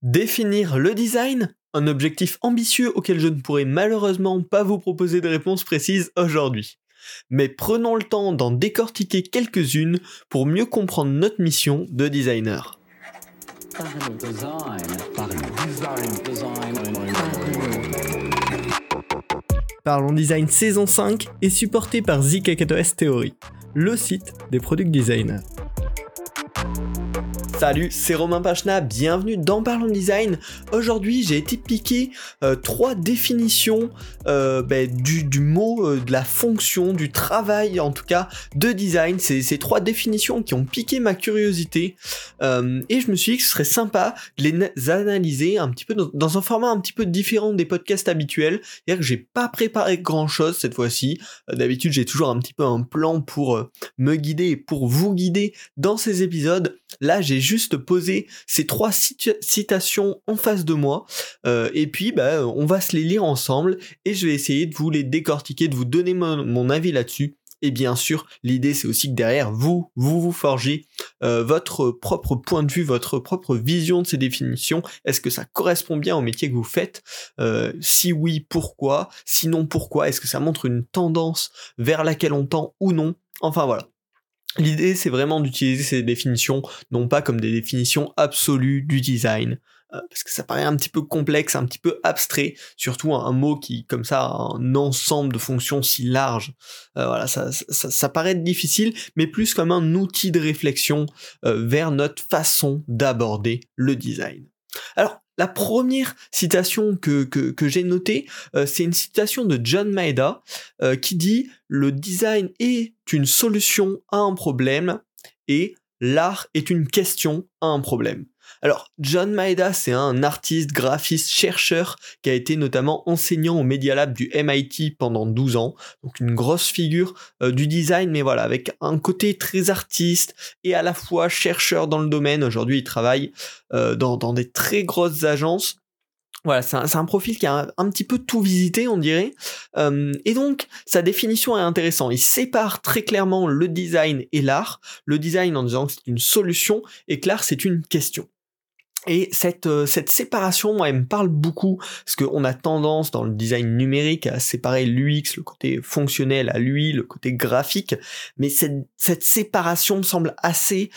Définir le design? Un objectif ambitieux auquel je ne pourrai malheureusement pas vous proposer de réponse précise aujourd'hui. Mais prenons le temps d'en décortiquer quelques-unes pour mieux comprendre notre mission de designer. Parlons Design saison 5 est supporté par ZKKOS Theory, le site des product designers. Salut, c'est Romain Pachna, bienvenue dans Parlons Design. Aujourd'hui, j'ai été piquer 3 définitions du mot, de la fonction, du travail en tout cas, de design. C'est ces 3 définitions qui ont piqué ma curiosité et je me suis dit que ce serait sympa de les analyser un petit peu dans un format un petit peu différent des podcasts habituels. C'est-à-dire que j'ai pas préparé grand-chose cette fois-ci. D'habitude, j'ai toujours un petit peu un plan pour me guider et pour vous guider dans ces épisodes. Là, j'ai juste posé ces 3 citations en face de moi et puis on va se les lire ensemble et je vais essayer de vous les décortiquer, de vous donner mon avis là-dessus. Et bien sûr, l'idée c'est aussi que derrière vous forgez votre propre point de vue, votre propre vision de ces définitions. Est-ce que ça correspond bien au métier que vous faites ? Si oui, pourquoi ? Sinon, pourquoi ? Est-ce que ça montre une tendance vers laquelle on tend ou non ? Enfin voilà. L'idée, c'est vraiment d'utiliser ces définitions, non pas comme des définitions absolues du design, parce que ça paraît un petit peu complexe, un petit peu abstrait, surtout un mot qui, comme ça, a un ensemble de fonctions si large. Voilà, ça paraît être difficile, mais plus comme un outil de réflexion vers notre façon d'aborder le design. Alors, la première citation que j'ai notée, c'est une citation de John Maeda qui dit « Le design est une solution à un problème et l'art est une question à un problème ». Alors, John Maeda, c'est un artiste, graphiste, chercheur qui a été notamment enseignant au Media Lab du MIT pendant 12 ans, donc une grosse figure du design, mais voilà, avec un côté très artiste et à la fois chercheur dans le domaine. Aujourd'hui, il travaille dans des très grosses agences. Voilà, c'est un profil qui a un petit peu tout visité, on dirait. Et donc, sa définition est intéressante. Il sépare très clairement le design et l'art. Le design en disant que c'est une solution et que l'art, c'est une question. Et cette séparation, moi, elle me parle beaucoup, parce qu'on a tendance dans le design numérique à séparer l'UX, le côté fonctionnel, à l'UI, le côté graphique, mais cette séparation me semble assez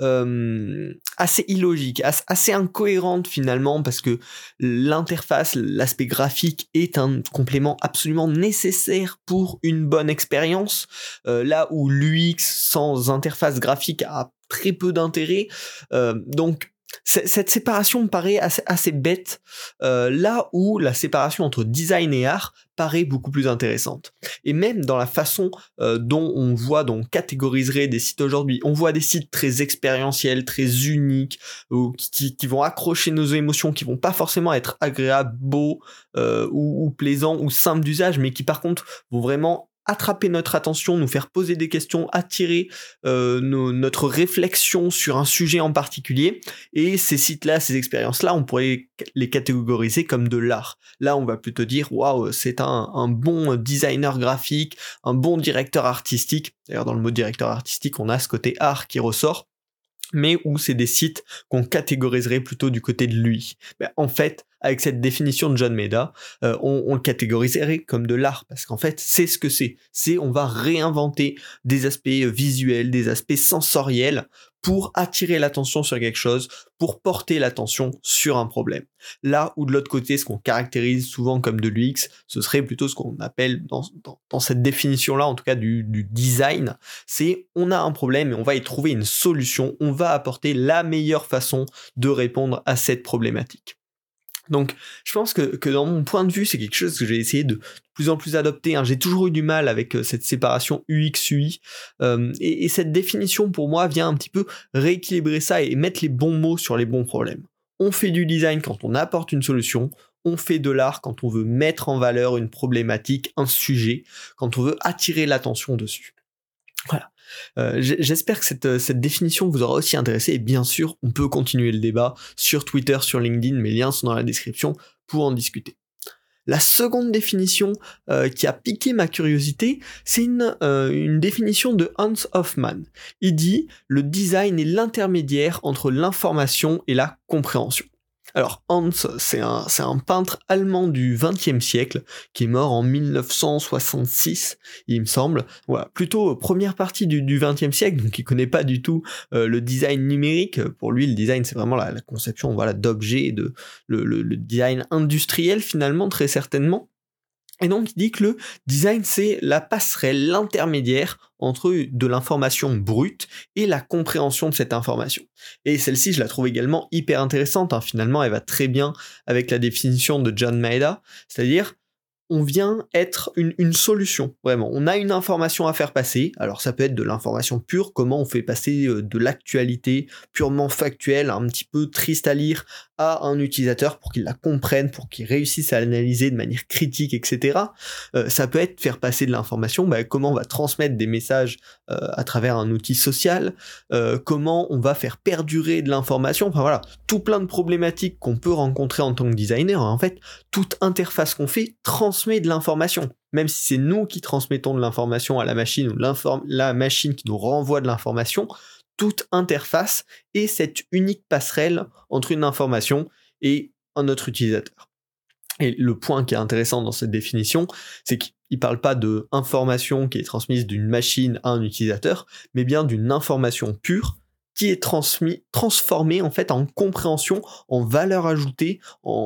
illogique, assez incohérente finalement, parce que l'interface, l'aspect graphique est un complément absolument nécessaire pour une bonne expérience, là où l'UX sans interface graphique a très peu d'intérêt, donc cette séparation me paraît assez bête, là où la séparation entre design et art paraît beaucoup plus intéressante. Et même dans la façon dont on catégoriserait des sites aujourd'hui, on voit des sites très expérientiels, très uniques, qui vont accrocher nos émotions, qui vont pas forcément être agréables, beaux ou plaisants ou simples d'usage, mais qui par contre vont vraiment attraper notre attention, nous faire poser des questions, attirer notre réflexion sur un sujet en particulier. Et ces sites-là, ces expériences-là, on pourrait les catégoriser comme de l'art. Là, on va plutôt dire, waouh, c'est un bon designer graphique, un bon directeur artistique. D'ailleurs, dans le mot directeur artistique, on a ce côté art qui ressort, mais où c'est des sites qu'on catégoriserait plutôt du côté de l'UI. En fait, avec cette définition de John Maeda, on le catégoriserait comme de l'art, parce qu'en fait, c'est ce que c'est. On va réinventer des aspects visuels, des aspects sensoriels, pour attirer l'attention sur quelque chose, pour porter l'attention sur un problème. Là où de l'autre côté, ce qu'on caractérise souvent comme de l'UX, ce serait plutôt ce qu'on appelle dans cette définition-là, en tout cas du design, c'est on a un problème et on va y trouver une solution, on va apporter la meilleure façon de répondre à cette problématique. Donc, je pense que dans mon point de vue, c'est quelque chose que j'ai essayé de plus en plus adopter. J'ai toujours eu du mal avec cette séparation UX-UI. Et cette définition, pour moi, vient un petit peu rééquilibrer ça et mettre les bons mots sur les bons problèmes. On fait du design quand on apporte une solution. On fait de l'art quand on veut mettre en valeur une problématique, un sujet, quand on veut attirer l'attention dessus. Voilà. J'espère que cette définition vous aura aussi intéressé, et bien sûr on peut continuer le débat sur Twitter, sur LinkedIn, mes liens sont dans la description pour en discuter. La seconde définition qui a piqué ma curiosité, c'est une définition de Hans Hofmann. Il dit « Le design est l'intermédiaire entre l'information et la compréhension ». Alors Hans, c'est un peintre allemand du XXe siècle qui est mort en 1966, il me semble. Voilà, plutôt première partie du XXe siècle, donc il connaît pas du tout le design numérique. Pour lui, le design, c'est vraiment la conception, voilà, d'objets, le design industriel finalement, très certainement. Et donc il dit que le design, c'est la passerelle, l'intermédiaire entre de l'information brute et la compréhension de cette information. Et celle-ci, je la trouve également hyper intéressante, hein. Finalement, elle va très bien avec la définition de John Maeda, c'est-à-dire on vient être une solution, vraiment. On a une information à faire passer, alors ça peut être de l'information pure, comment on fait passer de l'actualité purement factuelle, un petit peu triste à lire, à un utilisateur pour qu'il la comprenne, pour qu'il réussisse à l'analyser de manière critique, etc. Ça peut être faire passer de l'information, comment on va transmettre des messages à travers un outil social, comment on va faire perdurer de l'information, enfin voilà, tout plein de problématiques qu'on peut rencontrer en tant que designer. En fait, toute interface qu'on fait transmet de l'information. Même si c'est nous qui transmettons de l'information à la machine ou la machine qui nous renvoie de l'information, toute interface est cette unique passerelle entre une information et un autre utilisateur. Et le point qui est intéressant dans cette définition, c'est qu'il ne parle pas de information qui est transmise d'une machine à un utilisateur, mais bien d'une information pure qui est transformée en fait en compréhension, en valeur ajoutée,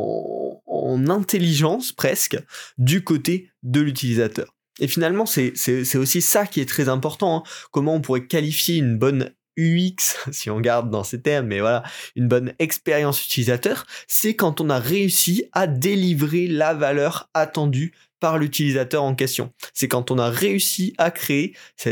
en intelligence presque du côté de l'utilisateur. Et finalement, c'est aussi ça qui est très important, hein. Comment on pourrait qualifier une bonne UX, si on garde dans ces termes, mais voilà, une bonne expérience utilisateur, c'est quand on a réussi à délivrer la valeur attendue par l'utilisateur en question. C'est quand on a réussi à créer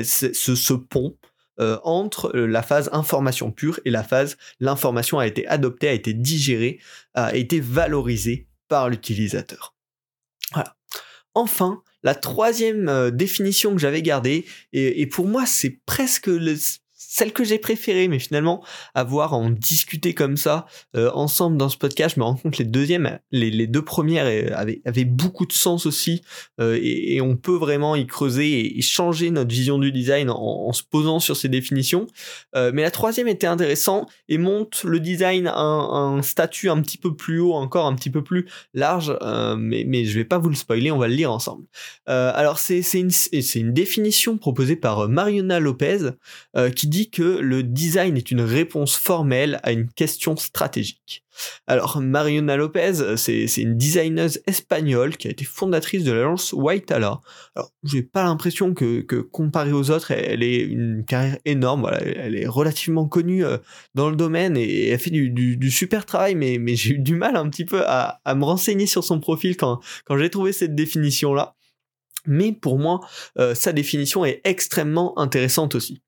ce pont entre la phase information pure et la phase l'information a été adoptée, a été digérée, a été valorisée par l'utilisateur. Voilà. Enfin, la troisième définition que j'avais gardée, et pour moi c'est presque celle que j'ai préférée, mais finalement, avoir à en discuter comme ça, ensemble dans ce podcast, je me rends compte que les deux premières avaient beaucoup de sens aussi, et on peut vraiment y creuser et changer notre vision du design en se posant sur ces définitions. Mais la troisième était intéressante et monte le design à un statut un petit peu plus haut, encore un petit peu plus large, mais je vais pas vous le spoiler, on va le lire ensemble. Alors c'est une définition proposée par Mariona Lopez, qui dit que le design est une réponse formelle à une question stratégique. Alors, Mariona Lopez, c'est une designeuse espagnole qui a été fondatrice de l'agence Waytala. Alors, j'ai pas l'impression que comparée aux autres, elle ait une carrière énorme. Voilà, elle est relativement connue dans le domaine et elle fait du super travail, mais j'ai eu du mal un petit peu à me renseigner sur son profil quand j'ai trouvé cette définition-là. Mais pour moi, sa définition est extrêmement intéressante aussi.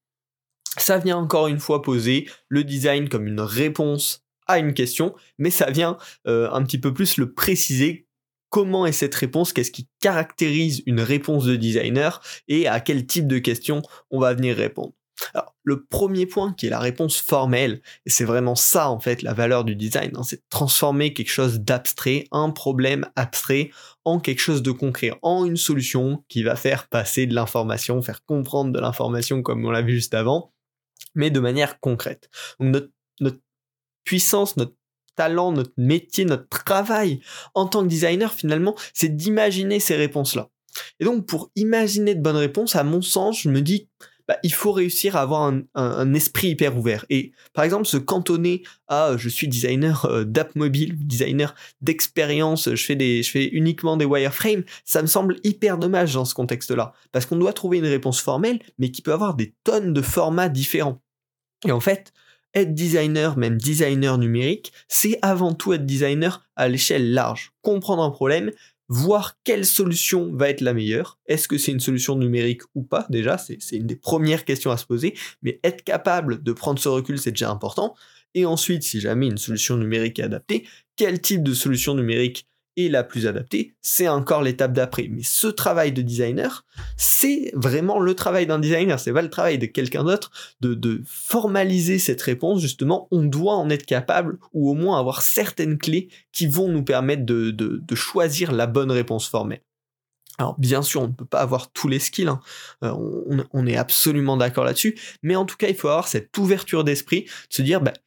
Ça vient encore une fois poser le design comme une réponse à une question, mais ça vient un petit peu plus le préciser. Comment est cette réponse? Qu'est-ce qui caractérise une réponse de designer et à quel type de question on va venir répondre? Alors, le premier point qui est la réponse formelle, et c'est vraiment ça en fait la valeur du design, hein, c'est de transformer quelque chose d'abstrait, un problème abstrait, en quelque chose de concret, en une solution qui va faire passer de l'information, faire comprendre de l'information comme on l'a vu juste avant, mais de manière concrète. Donc notre puissance, notre talent, notre métier, notre travail en tant que designer, finalement, c'est d'imaginer ces réponses-là. Et donc, pour imaginer de bonnes réponses, à mon sens, je me dis, il faut réussir à avoir un esprit hyper ouvert. Et par exemple, se cantonner à je suis designer d'app mobile, designer d'expérience, je fais uniquement des wireframes, ça me semble hyper dommage dans ce contexte-là. Parce qu'on doit trouver une réponse formelle, mais qui peut avoir des tonnes de formats différents. Et en fait, être designer, même designer numérique, c'est avant tout être designer à l'échelle large. Comprendre un problème, voir quelle solution va être la meilleure. Est-ce que c'est une solution numérique ou pas? Déjà, c'est une des premières questions à se poser, mais être capable de prendre ce recul, c'est déjà important. Et ensuite, si jamais une solution numérique est adaptée, quel type de solution numérique est la plus adaptée? C'est encore l'étape d'après. Mais ce travail de designer, c'est vraiment le travail d'un designer, c'est pas le travail de quelqu'un d'autre, de formaliser cette réponse, justement, on doit en être capable, ou au moins avoir certaines clés qui vont nous permettre de choisir la bonne réponse formelle. Alors bien sûr, on ne peut pas avoir tous les skills, hein. On est absolument d'accord là-dessus, mais en tout cas, il faut avoir cette ouverture d'esprit, de se dire,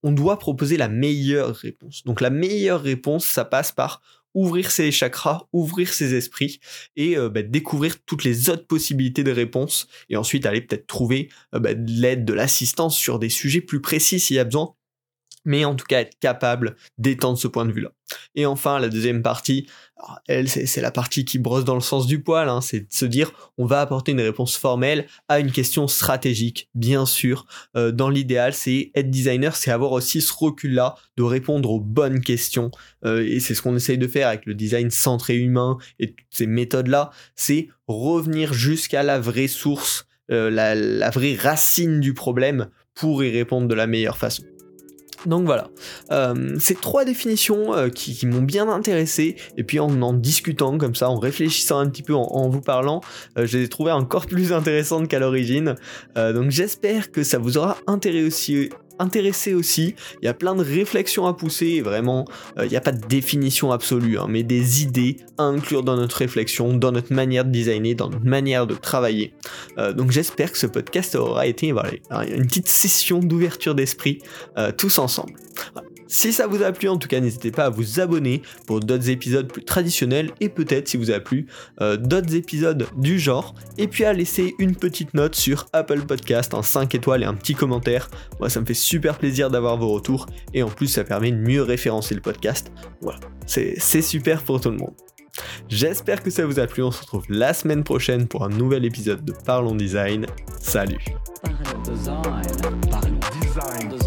on doit proposer la meilleure réponse. Donc la meilleure réponse, ça passe par ouvrir ses chakras, ouvrir ses esprits et découvrir toutes les autres possibilités de réponses et ensuite aller peut-être trouver de l'aide, de l'assistance sur des sujets plus précis s'il y a besoin, mais en tout cas être capable d'étendre ce point de vue-là. Et enfin, la deuxième partie, alors, elle, c'est la partie qui brosse dans le sens du poil, hein, c'est de se dire on va apporter une réponse formelle à une question stratégique, bien sûr. Dans l'idéal, c'est être designer, c'est avoir aussi ce recul-là de répondre aux bonnes questions. Et c'est ce qu'on essaye de faire avec le design centré humain et toutes ces méthodes-là, c'est revenir jusqu'à la vraie source, la vraie racine du problème pour y répondre de la meilleure façon. Donc voilà, ces 3 définitions qui m'ont bien intéressé, et puis en discutant comme ça, en réfléchissant un petit peu, en vous parlant, je les ai trouvées encore plus intéressantes qu'à l'origine, donc j'espère que ça vous aura intéressé aussi. Il y a plein de réflexions à pousser, et vraiment, il n'y a pas de définition absolue, hein, mais des idées à inclure dans notre réflexion, dans notre manière de designer, dans notre manière de travailler. Donc j'espère que ce podcast aura été une petite session d'ouverture d'esprit, tous ensemble. Voilà. Si ça vous a plu, en tout cas, n'hésitez pas à vous abonner pour d'autres épisodes plus traditionnels et peut-être, si vous a plu, d'autres épisodes du genre. Et puis à laisser une petite note sur Apple Podcast, 5 étoiles et un petit commentaire. Moi, ça me fait super plaisir d'avoir vos retours et en plus, ça permet de mieux référencer le podcast. Voilà, c'est super pour tout le monde. J'espère que ça vous a plu. On se retrouve la semaine prochaine pour un nouvel épisode de Parlons Design. Salut. Parlons Design.